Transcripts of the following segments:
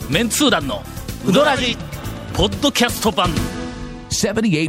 メンツー団のウドラジポッドキャスト版 78.6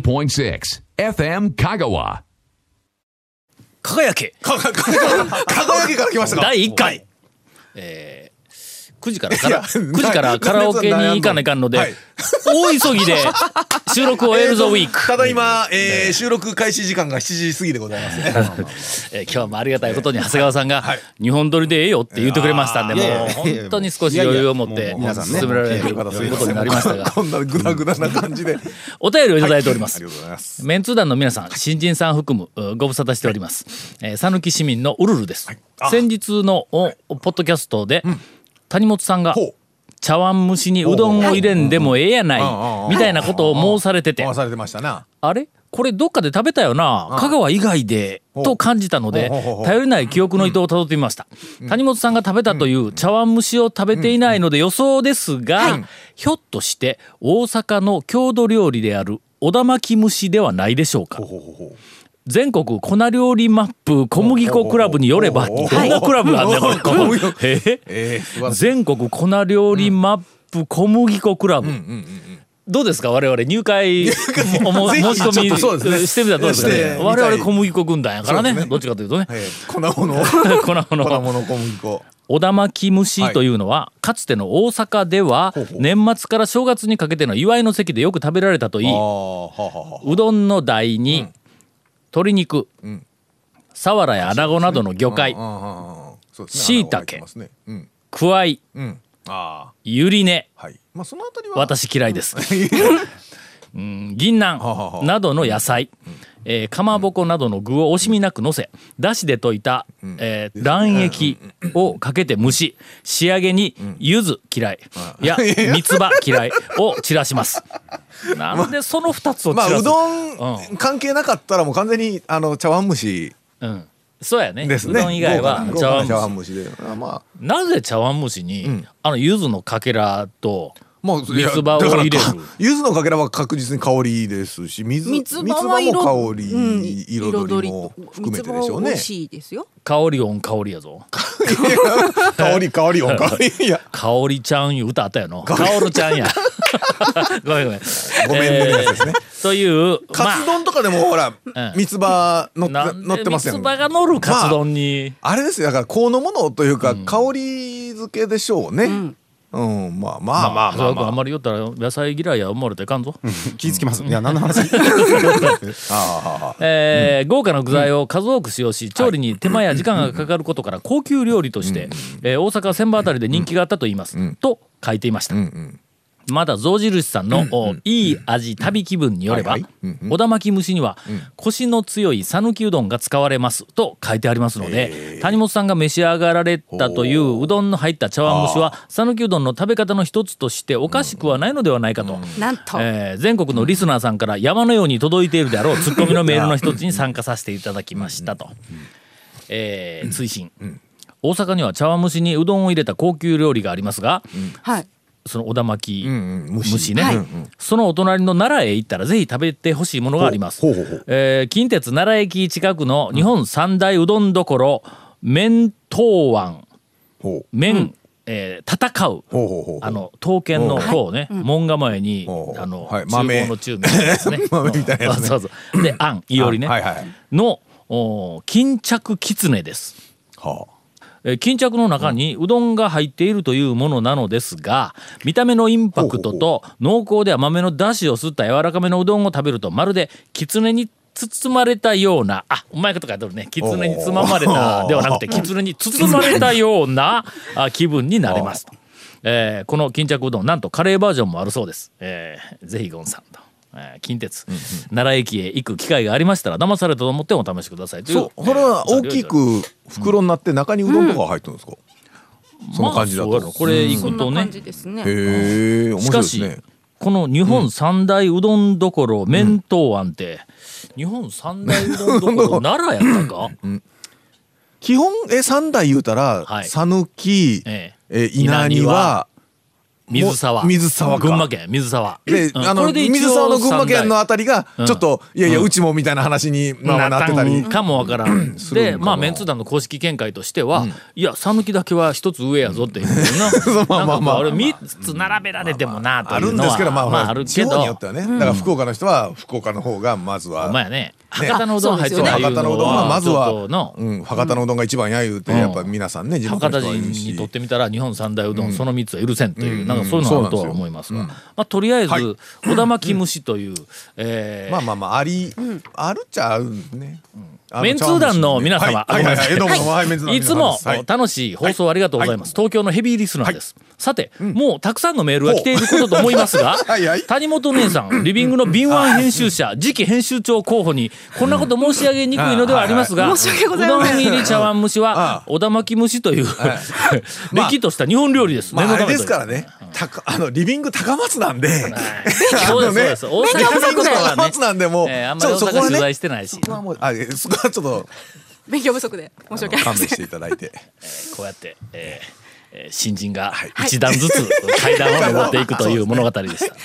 FM 香川。 輝け輝きから来ましたか。 第1回、9時からカラオケに行かないかんので、 はい大急ぎで収録を終えるぞウィーク、 ただ今、収録開始時間が7時過ぎでございますね。 今日もありがたいことに長谷川さんがはい日本撮りでええよって言ってくれましたんで、もう本当に少し余裕を持って皆さんね進められることになりましたが、 こんなグダグダな感じでお便りをいただいております。 ありがとうございます。 メンツー団の皆さん、新人さん含むご無沙汰しております。讃岐市民のウルルです。先日のポッドキャストで、谷本さんがほう茶碗蒸しにうどんを入れんでもええやないみたいなことを申されてて、 回されてましたな。 あれこれどっかで食べたよな、香川以外でと感じたので、頼りない記憶の糸をたどってみました。谷本さんが食べたという茶碗蒸しを食べていないので予想ですが、ひょっとして大阪の郷土料理である小田巻き蒸しではないでしょうか。全国粉料理マップ小麦粉クラブによれば、どんなクラブがあんねんこれ。 素晴らしい。 全国粉料理マップ小麦粉クラブ、どうですか、我々入会申し込ちょっとそうですねみしてみたらどうですかね。 して我々小麦粉軍団やからね、 そうですねどっちかというとね、 粉物粉物小麦粉。 小田巻き蒸しというのは、かつての大阪では年末から正月にかけての祝いの席でよく食べられたといい、うどんの台に鶏肉、サワラやアナゴなどの魚介、椎茸、くわい、ゆり根、 まあそのあたりは私嫌いです。銀杏などの野菜、かまぼこなどの具を惜しみなくのせ、だしで溶いた、卵液をかけて蒸し、仕上げに柚子嫌いや三つ葉嫌いを散らします。なんでその2つを散らす。 まあうどん関係なかったらもう完全に茶碗蒸しそうやね。 ですね。 うどん以外は豪華な茶碗蒸しで。まあなぜ茶碗蒸しに、柚子のかけらともう三つ葉を入れる。 柚子のかけらは確実に香りですし、三つ葉も香り、彩りも含めてでしょうね。 美味しいですよ。 香りオン香りやぞ。 香りオン香り。いや香りちゃんいう歌あったよの。香るちゃんや。ごめん。 ごめんねやつですね。 というカツ丼とかでもほら三つ葉乗ってますよね。 三つ葉が乗るカツ丼に。 あれですよ、だから香のものというか香り付けでしょうね。まああんまり言ったら野菜嫌いや思われていかんぞ。 気ぃつきます。いや何の話。 豪華な具材を数多く使用し、調理に手間や時間がかかることから高級料理として、大阪千葉あたりで人気があったと言います、と書いていました。まだ象印さんの、いい味旅気分によれば、小田巻き蒸しには、コシの強い讃岐うどんが使われますと書いてありますので、谷本さんが召し上がられたといううどんの入った茶碗蒸しは讃岐うどんの食べ方の一つとしておかしくはないのではないかと、 なんと、 全国のリスナーさんから山のように届いているであろうツッコミのメールの一つに参加させていただきましたと。追伸、大阪には茶碗蒸しにうどんを入れた高級料理がありますが、その小田巻き蒸しね、そのお隣の奈良へ行ったらぜひ食べてほしいものがあります。近鉄奈良駅近くの日本三大うどんどころ麺東湾、戦う、刀剣の方ね、門構えに中央の中みたいなですね。 豆みたいなやつね。 そうそうであんいおりねの巾着きつねです。巾着の中にうどんが入っているというものなのですが、見た目のインパクトと濃厚で甘めの出汁を吸った柔らかめのうどんを食べると、まるできつねに包まれたような、うまいこと書いてあるね。きつねにつままれたではなくて、きつねに包まれたような気分になれますと。この巾着うどん、なんとカレーバージョンもあるそうです。ぜひゴンさんと近鉄、奈良駅へ行く機会がありましたら騙されたと思ってお試しくださいという。 そう、これは大きく袋になって中にうどんとか入ってるんですか。その感じだと。 これ行くとね。 へえ、面白いですね。 この日本三大うどんどころ麺東湾って、日本三大うどんどころ奈良やったか。 基本三大言うたら讃岐、稲庭、 水沢か群馬県水沢で、 これで水沢の群馬県のあたりがちょっと、いやいやうちもみたいな話になってたりかもわからんでメンツ団の公式見解としては、いや讃岐だけは一つ上やぞっていうなあれ3つ並べられてもなというのはあるけど地方によってはね、だから福岡の人は福岡の方がまずはお前やね博多のうどん入ってないいう博多のうどんはまずはの博多のうどんが一番や言うてやっぱ皆さんね博多人にとってみたら日本三大うどんその3つは許せんというなんかそういうのがあるとは思いますがとりあえず小田巻蒸しというあるっちゃあるね。 メンツー団の皆様、いつも楽しい放送ありがとうございます。東京のヘビーリスナーです。さて、もうたくさんのメールが来ていることと思いますが、谷本姉さん、リビングの敏腕編集者、次期編集長候補にこんなこと申し上げにくいのではありますが、うどん入り茶碗蒸しは小田巻蒸しというれっきとした日本料理です。 あれですからね。リビング高松なんで、 そうです。大阪の高松なんでもうあんまり大阪取材してないし。 そこはちょっと勉強不足で申し訳ありません。 勘弁していただいてこうやって新人が一段ずつ階段を上っていくという物語でした。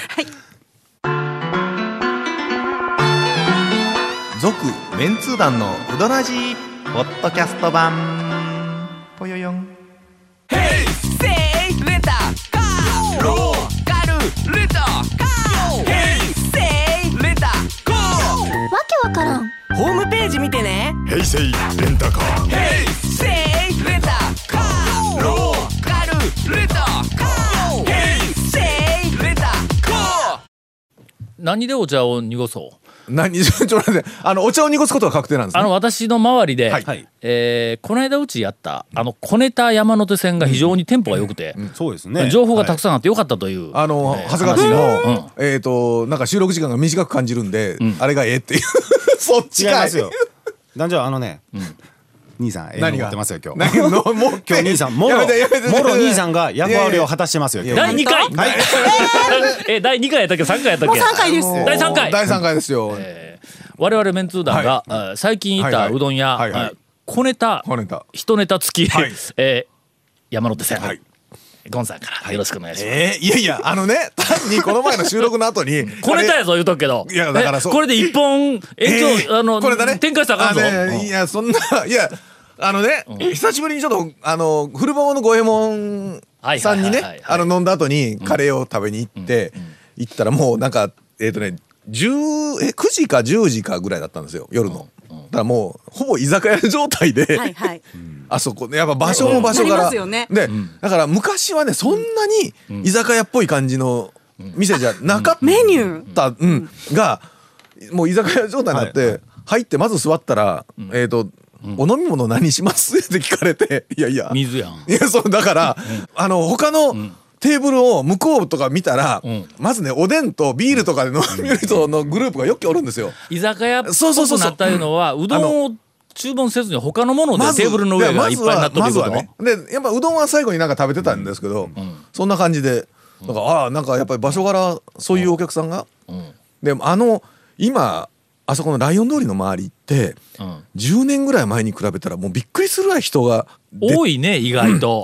続メンツー団のうどらじポッドキャスト版ぽよよん。 ヘイセイレンタカーローカルレンタカーヘイセイレンタカーわけわからん。 ホームページ見てね。 ヘイセイレンタカーヘイセイレンタカーローカルレンタカーヘイセイレンタカー。 何でお茶を濁そう。 ちょっと待って、お茶を濁すことは確定なんですね。 私の周りで、この間うちやった小ネタ山手線が非常にテンポが良くて、 そうですね、 情報がたくさんあってよかったという、 長谷川君の、なんか収録時間が短く感じるんで、あれがっていうそっちかい。 違いますよ。男女兄さん持ってますよ今日。 今日兄さんもろ兄さんが役割を果たしてますよ。 第2回。第2回やったっけ3回やったっけ。 もう3回です。 第3回。 第3回ですよ。 我々メンツー団が最近行ったうどん屋小ネタ一ネタ付き山手線。ゴンさんからよろしくお願いします。 いや単にこの前の収録の後に小ネタやぞ言うとくけど、これで一本展開したらあかんぞ。 いやそんないや久しぶりにちょっと古馬場の五右衛門さんにね飲んだ後にカレーを食べに行ったらもうなんか9時か10時かぐらいだったんですよ夜の。だからもうほぼ居酒屋状態であそこやっぱ場所も場所からでだから昔はねそんなに居酒屋っぽい感じの店じゃなかったメニューがもう居酒屋状態になって入ってまず座ったらお飲み物何しますって聞かれていや水やん。 いやそうだから他のテーブルを向こうとか見たらまずねおでんとビールとかで飲みる人のグループがよくおるんですよ。 居酒屋っぽくなったいうのはうどんを注文せずに他のものでテーブルの上がいっぱいになっとるいうこと。 でやっぱうどんは最後になんか食べてたんですけどそんな感じでなんかやっぱり場所柄そういうお客さんがで今あそこのライオン通りの周りって10年ぐらい前に比べたらもうびっくりするぐらい人が多いね意外と。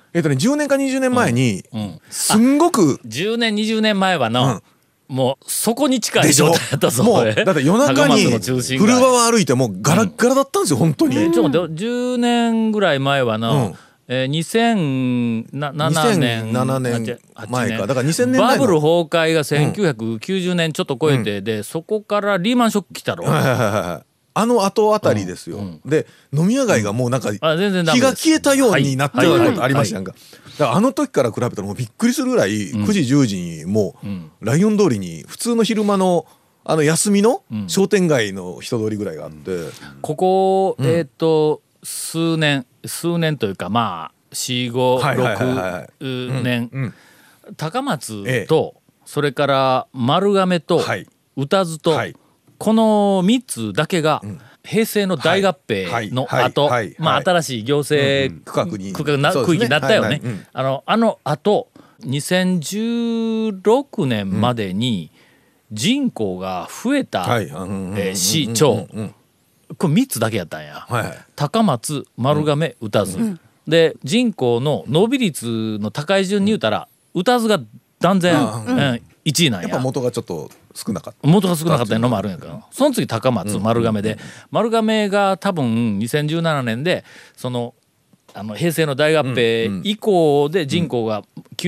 10年か20年前にすんごく 10年20年前はもうそこに近い状態だったぞ。 もうだって夜中に古場を歩いてもうガラッガラだったんですよ本当に。 ちょっと10年ぐらい前は2007年前かだから2000年前バブル崩壊が1990年ちょっと超えてでそこからリーマンショック来たろ。 後あたりですよ。で飲み屋街がもうなんか日が消えたようになったようなことありましたやんか。だから時から比べたらもうびっくりするぐらい9時10時にもうライオン通りに普通の昼間の休みの商店街の人通りぐらいがあってここ数年というか4、5、6年高松とそれから丸亀と宇多津とこの3つだけが平成の大合併の後新しい行政区域になったよね。あと2016年までに人口が増えた市町これ3つだけやったんや。高松丸亀宇多津で人口の伸び率の高い順に言うたら歌津が断然、1位なんや。 やっぱ元がちょっと少なかった。 元が少なかったのもあるんやから。その次高松丸亀で、丸亀が多分2017年でその平成の大合併以降で人口が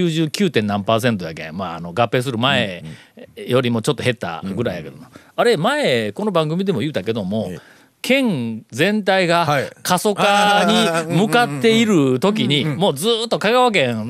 99. 何%やけん、合併する前よりもちょっと減ったぐらいやけど、あれ前この番組でも言うたけども、県全体が過疎化に向かっている時にもうずっと香川県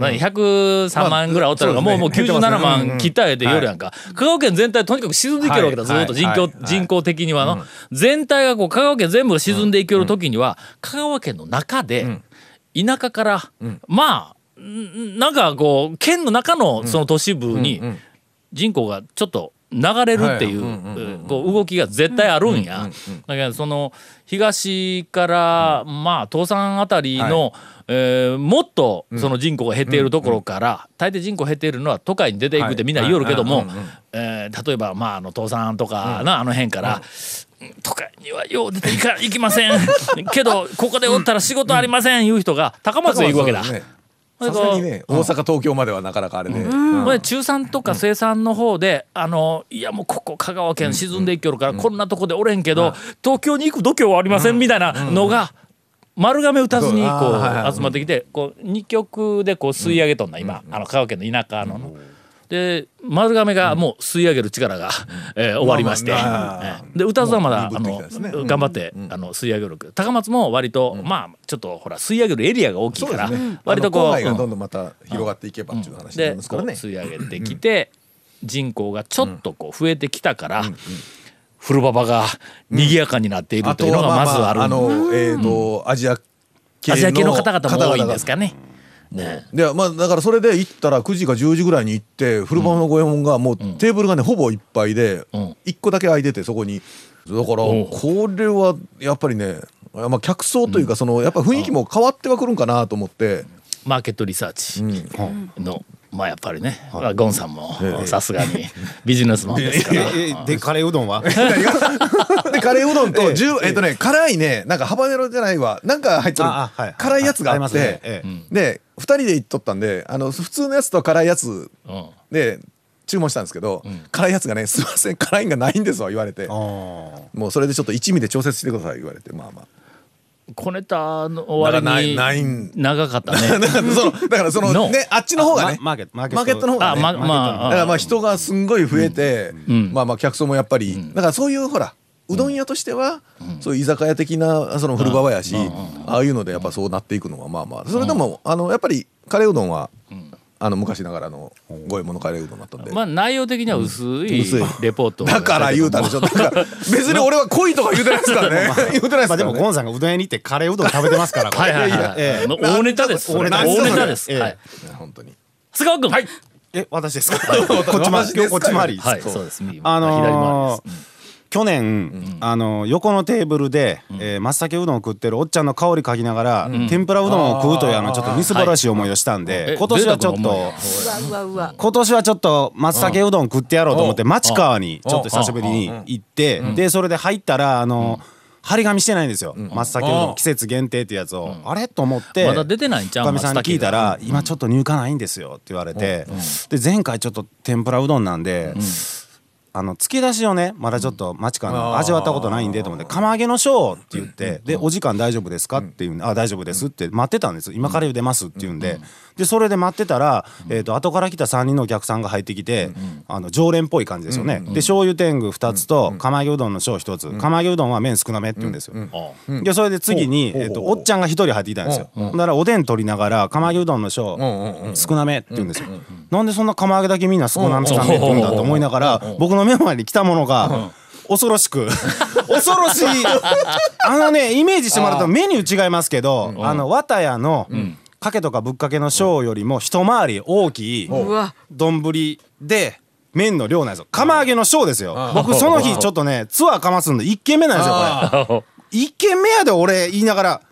103万ぐらいおったのがもう97万切ったで夜やんか。香川県全体とにかく沈んでいけるわけだ、ずっと人口的にはの全体がこう香川県全部が沈んでいける時には香川県の中で田舎からなんかこう県の中のその都市部に人口がちょっと流れるっていうこう動きが絶対あるんや。だけどその東から東山あたりのもっとその人口が減っているところから大抵人口減っているのは都会に出ていくってみんな言おるけども、例えば東山とかなあの辺から都会にはよう出ていきませんけどここでおったら仕事ありませんいう人が高松へ行くわけだ。 さすがにね、大阪東京まではなかなかあれで、 中産とか生産の方でいやもうここ香川県沈んでいきよるからこんなとこでおれんけど東京に行く度胸はありませんみたいなのが丸亀打たずにこう集まってきてこう2曲でこう吸い上げとんな今香川県の田舎の。で丸亀がもう吸い上げる力が終わりまして、で歌津はまだ頑張って吸い上げる。高松も割とちょっとほら吸い上げるエリアが大きいから割とこう郊外がどんどんまた広がっていけばっていう話になりますからね。 吸い上げてきて人口がちょっとこう増えてきたから古馬場が賑やかになっているというのがまずある。 アジア系の方々も多いんですかね。 でだからそれで行ったら9時か10時ぐらいに行って古本の五右衛門がもうテーブルがねほぼいっぱいで1個だけ空いててそこにだからこれはやっぱりね客層というかやっぱ雰囲気も変わってはくるんかなと思ってマーケットリサーチのやっぱりねゴンさんもさすがにビジネスマンですから。 でカレーうどんはでカレーうどんと辛いねなんかハバネロじゃないわなんか入ってる辛いやつがあってで2人で行っとったんで普通のやつと辛いやつで注文したんですけど辛いやつがねすいません辛いんがないんですわ言われてもうそれでちょっと一味で調節してください言われて小ネタの終わりに長かったね。 だからねあっちの方がねマーケットの方がねだから人がすんごい増えて客層もやっぱりだからそういうほらうどん屋としてはそういう居酒屋的なその古場やしああいうのでやっぱそうなっていくのはそれでもやっぱりカレーうどんは昔ながらの五右衛門のカレーうどんだったんで内容的には薄いレポートだから言うたでしょ。だから別に俺は濃いとか言うてないですからね言うてないですからね。 でもゴンさんがうどん屋に行ってカレーうどん食べてますから大ネタです。大ネタです。 本当に菅川君私ですかこっち回りはいそうです。左回りです。 去年横のテーブルで松茸うどんを食ってるおっちゃんの香り嗅ぎながら天ぷらうどんを食うというちょっとみすぼらしい思いをしたんで今年はちょっと松茸うどん食ってやろうと思って町川にちょっと久しぶりに行ってでそれで入ったら張り紙してないんですよ松茸うどん季節限定ってやつをあれと思ってまだ出てないんちゃうおかみさんに聞いたら今ちょっと入荷ないんですよって言われてで前回ちょっと天ぷらうどんなんで突き出しをねまだちょっと町川の味わったことないんでと思って釜揚げのショーって言ってでお時間大丈夫ですかっていうんで大丈夫ですって待ってたんです。今から茹でますって言うんででそれで待ってたら後から来た3人のお客さんが入ってきて常連っぽい感じですよね。で醤油天狗2つと釜揚げうどんのショー1つ釜揚げうどんは麺少なめって言うんですよ。でそれで次におっちゃんが1人入ってきたんですよ。だからおでん取りながら釜揚げうどんのショー少なめって言うんですよ。なんでそんな釜揚げだけみんな少なめって言うんだと思いながら僕の目の前に来たものが恐ろしく恐ろしいイメージしてもらうとメニュー違いますけど綿屋のかけとかぶっかけのショーよりも一回り大きい丼で麺の量なんですよ。釜揚げのショーですよ。僕その日ちょっとねツアーかますんで1軒目なんですよこれ。1軒目やで俺言いながら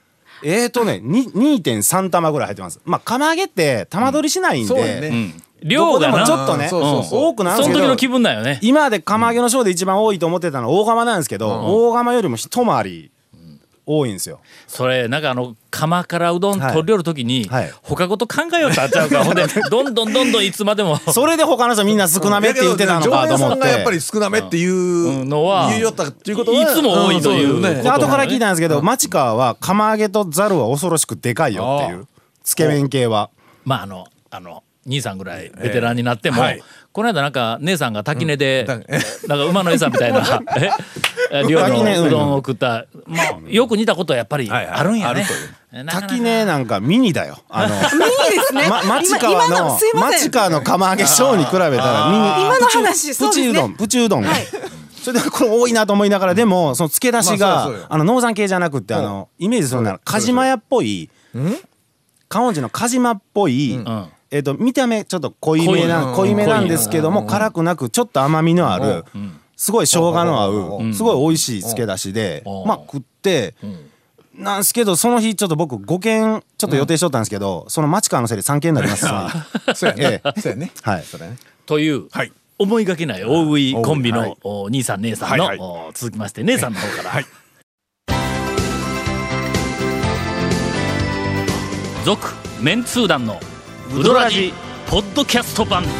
2.3 玉ぐらい入ってます。釜揚げって玉取りしないんで量がなちょっとね多くなんですけどその時の気分だよね。 今まで釜揚げのショーで一番多いと思ってたのは大釜なんですけど大釜よりも一回り多いんですよ。 それなんか釜からうどん取り寄るときに、他ごと考えようとあっちゃうから、ほんでどんどんいつまでもそれで他の人みんな少なめって言ってたのかと思って、常連さんがやっぱり少なめっていうのは言いよったっていうことはいつも多いというね。 後から聞いたんですけど、町川は釜揚げとざるは恐ろしくでかいよっていう、つけ麺系は。 まあ兄さんぐらいベテランになっても、この間なんか姉さんが滝根で、なんか馬の餌みたいな量のうどんを食った、よく似たことはやっぱりあるんやね。 滝根なんかミニだよ。 ミニですね。 町川の釜揚げショーに比べたらミニ。 今の話、 プチうどん、プチうどん。それでこれ多いなと思いながら、でもその漬け出しが農山系じゃなくて、イメージするなら鹿島屋っぽい、観音寺の鹿島っぽい。見た目ちょっと濃いめなんですけども、辛くなくちょっと甘みのある、すごい生姜の合うすごい美味しい漬け出しで、まあ食ってなんすけど、その日ちょっと僕5軒ちょっと予定しとったんですけど、その町川のせいで3軒になります。 そうやね。はい。 という思いがけない大食いコンビの兄さん姉さんの続きまして姉さんの方から。続メンツー団のウドラジポッドキャスト版。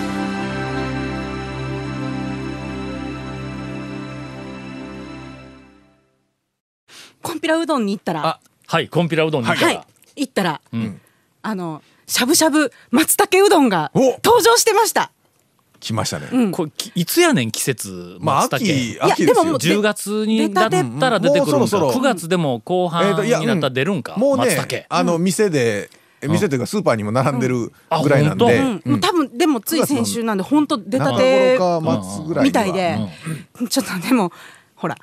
コンピラうどんに行ったら、 コンピラうどんに行ったら、 行ったら、しゃぶしゃぶ松茸うどんが登場してました。 来ましたね。 これいつやねん季節松茸。 秋ですよ。 10月になったら出てくるんか。9月でも後半になったら出るんか。 もうね、店というかスーパーにも並んでるぐらいなんで、 多分でもつい先週なんで本当出たてみたいで、ちょっとでもほら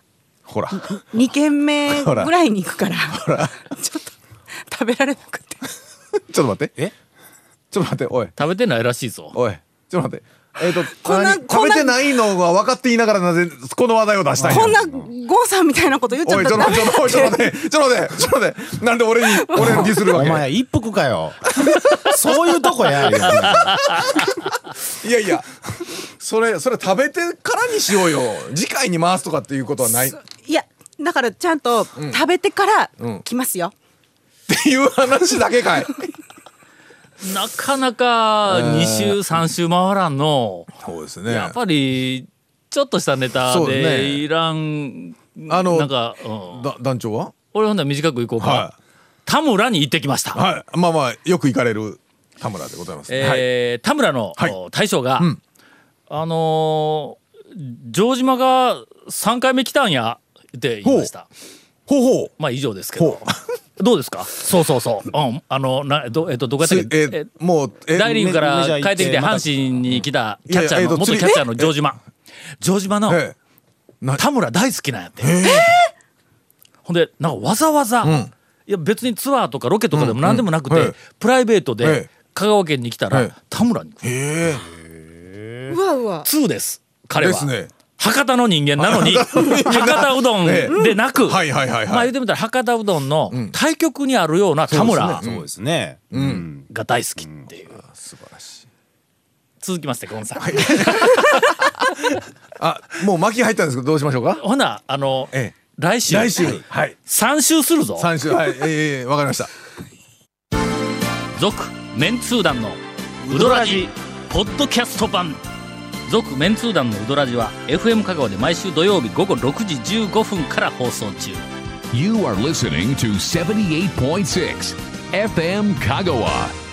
2軒目ぐらいに行くからちょっと食べられなくて。 ちょっと待って。おい。 食べてないらしいぞ。 おい。ちょっと待って。食べてないのが分かっていながらなぜこの話題を出したいの。 こんなゴンさんみたいなこと言っちゃったらダメだって。 ちょっと待って。なんで俺にディスるわけ。 お前一服かよ。そういうとこやるよ。 いやそれ食べてからにしようよ。次回に回すとかっていうことはない。 いやだからちゃんと食べてから来ますよ、 っていう話だけかい。 なかなか2週3週回らんの。 そうですね。 やっぱりちょっとしたネタでいらん。なんか団長は俺ほんなら短くいこうか。田村に行ってきました。 まあよく行かれる田村でございます。 田村の大将が城島が3回目来たんやって言いました。まあ以上ですけど。どうですか。そう。どこやったっけ。もう大リーグから帰ってきて阪神に来たキャッチャーの元キャッチャーの城島の田村大好きなんやって。ほんでなんかわざわざ、いや別にツアーとかロケとかでも何でもなくて、プライベートで香川県に来たら田村に。 うわ 2です彼は。博多の人間なのに博多うどんでなく、まあ言ってみたら博多うどんの対極にあるような田村が大好きっていう。 素晴らしい。 続きましてゴンさん。 もう巻き入ったんですけどどうしましょうか。 ほな来週3週するぞ。 3週わかりました。 続メンツー団のウドラジポッドキャスト版。続メンツー団のウドラジは FM 香川で毎週土曜日午後6時15分から放送中。 You are listening to 78.6 FM 香川。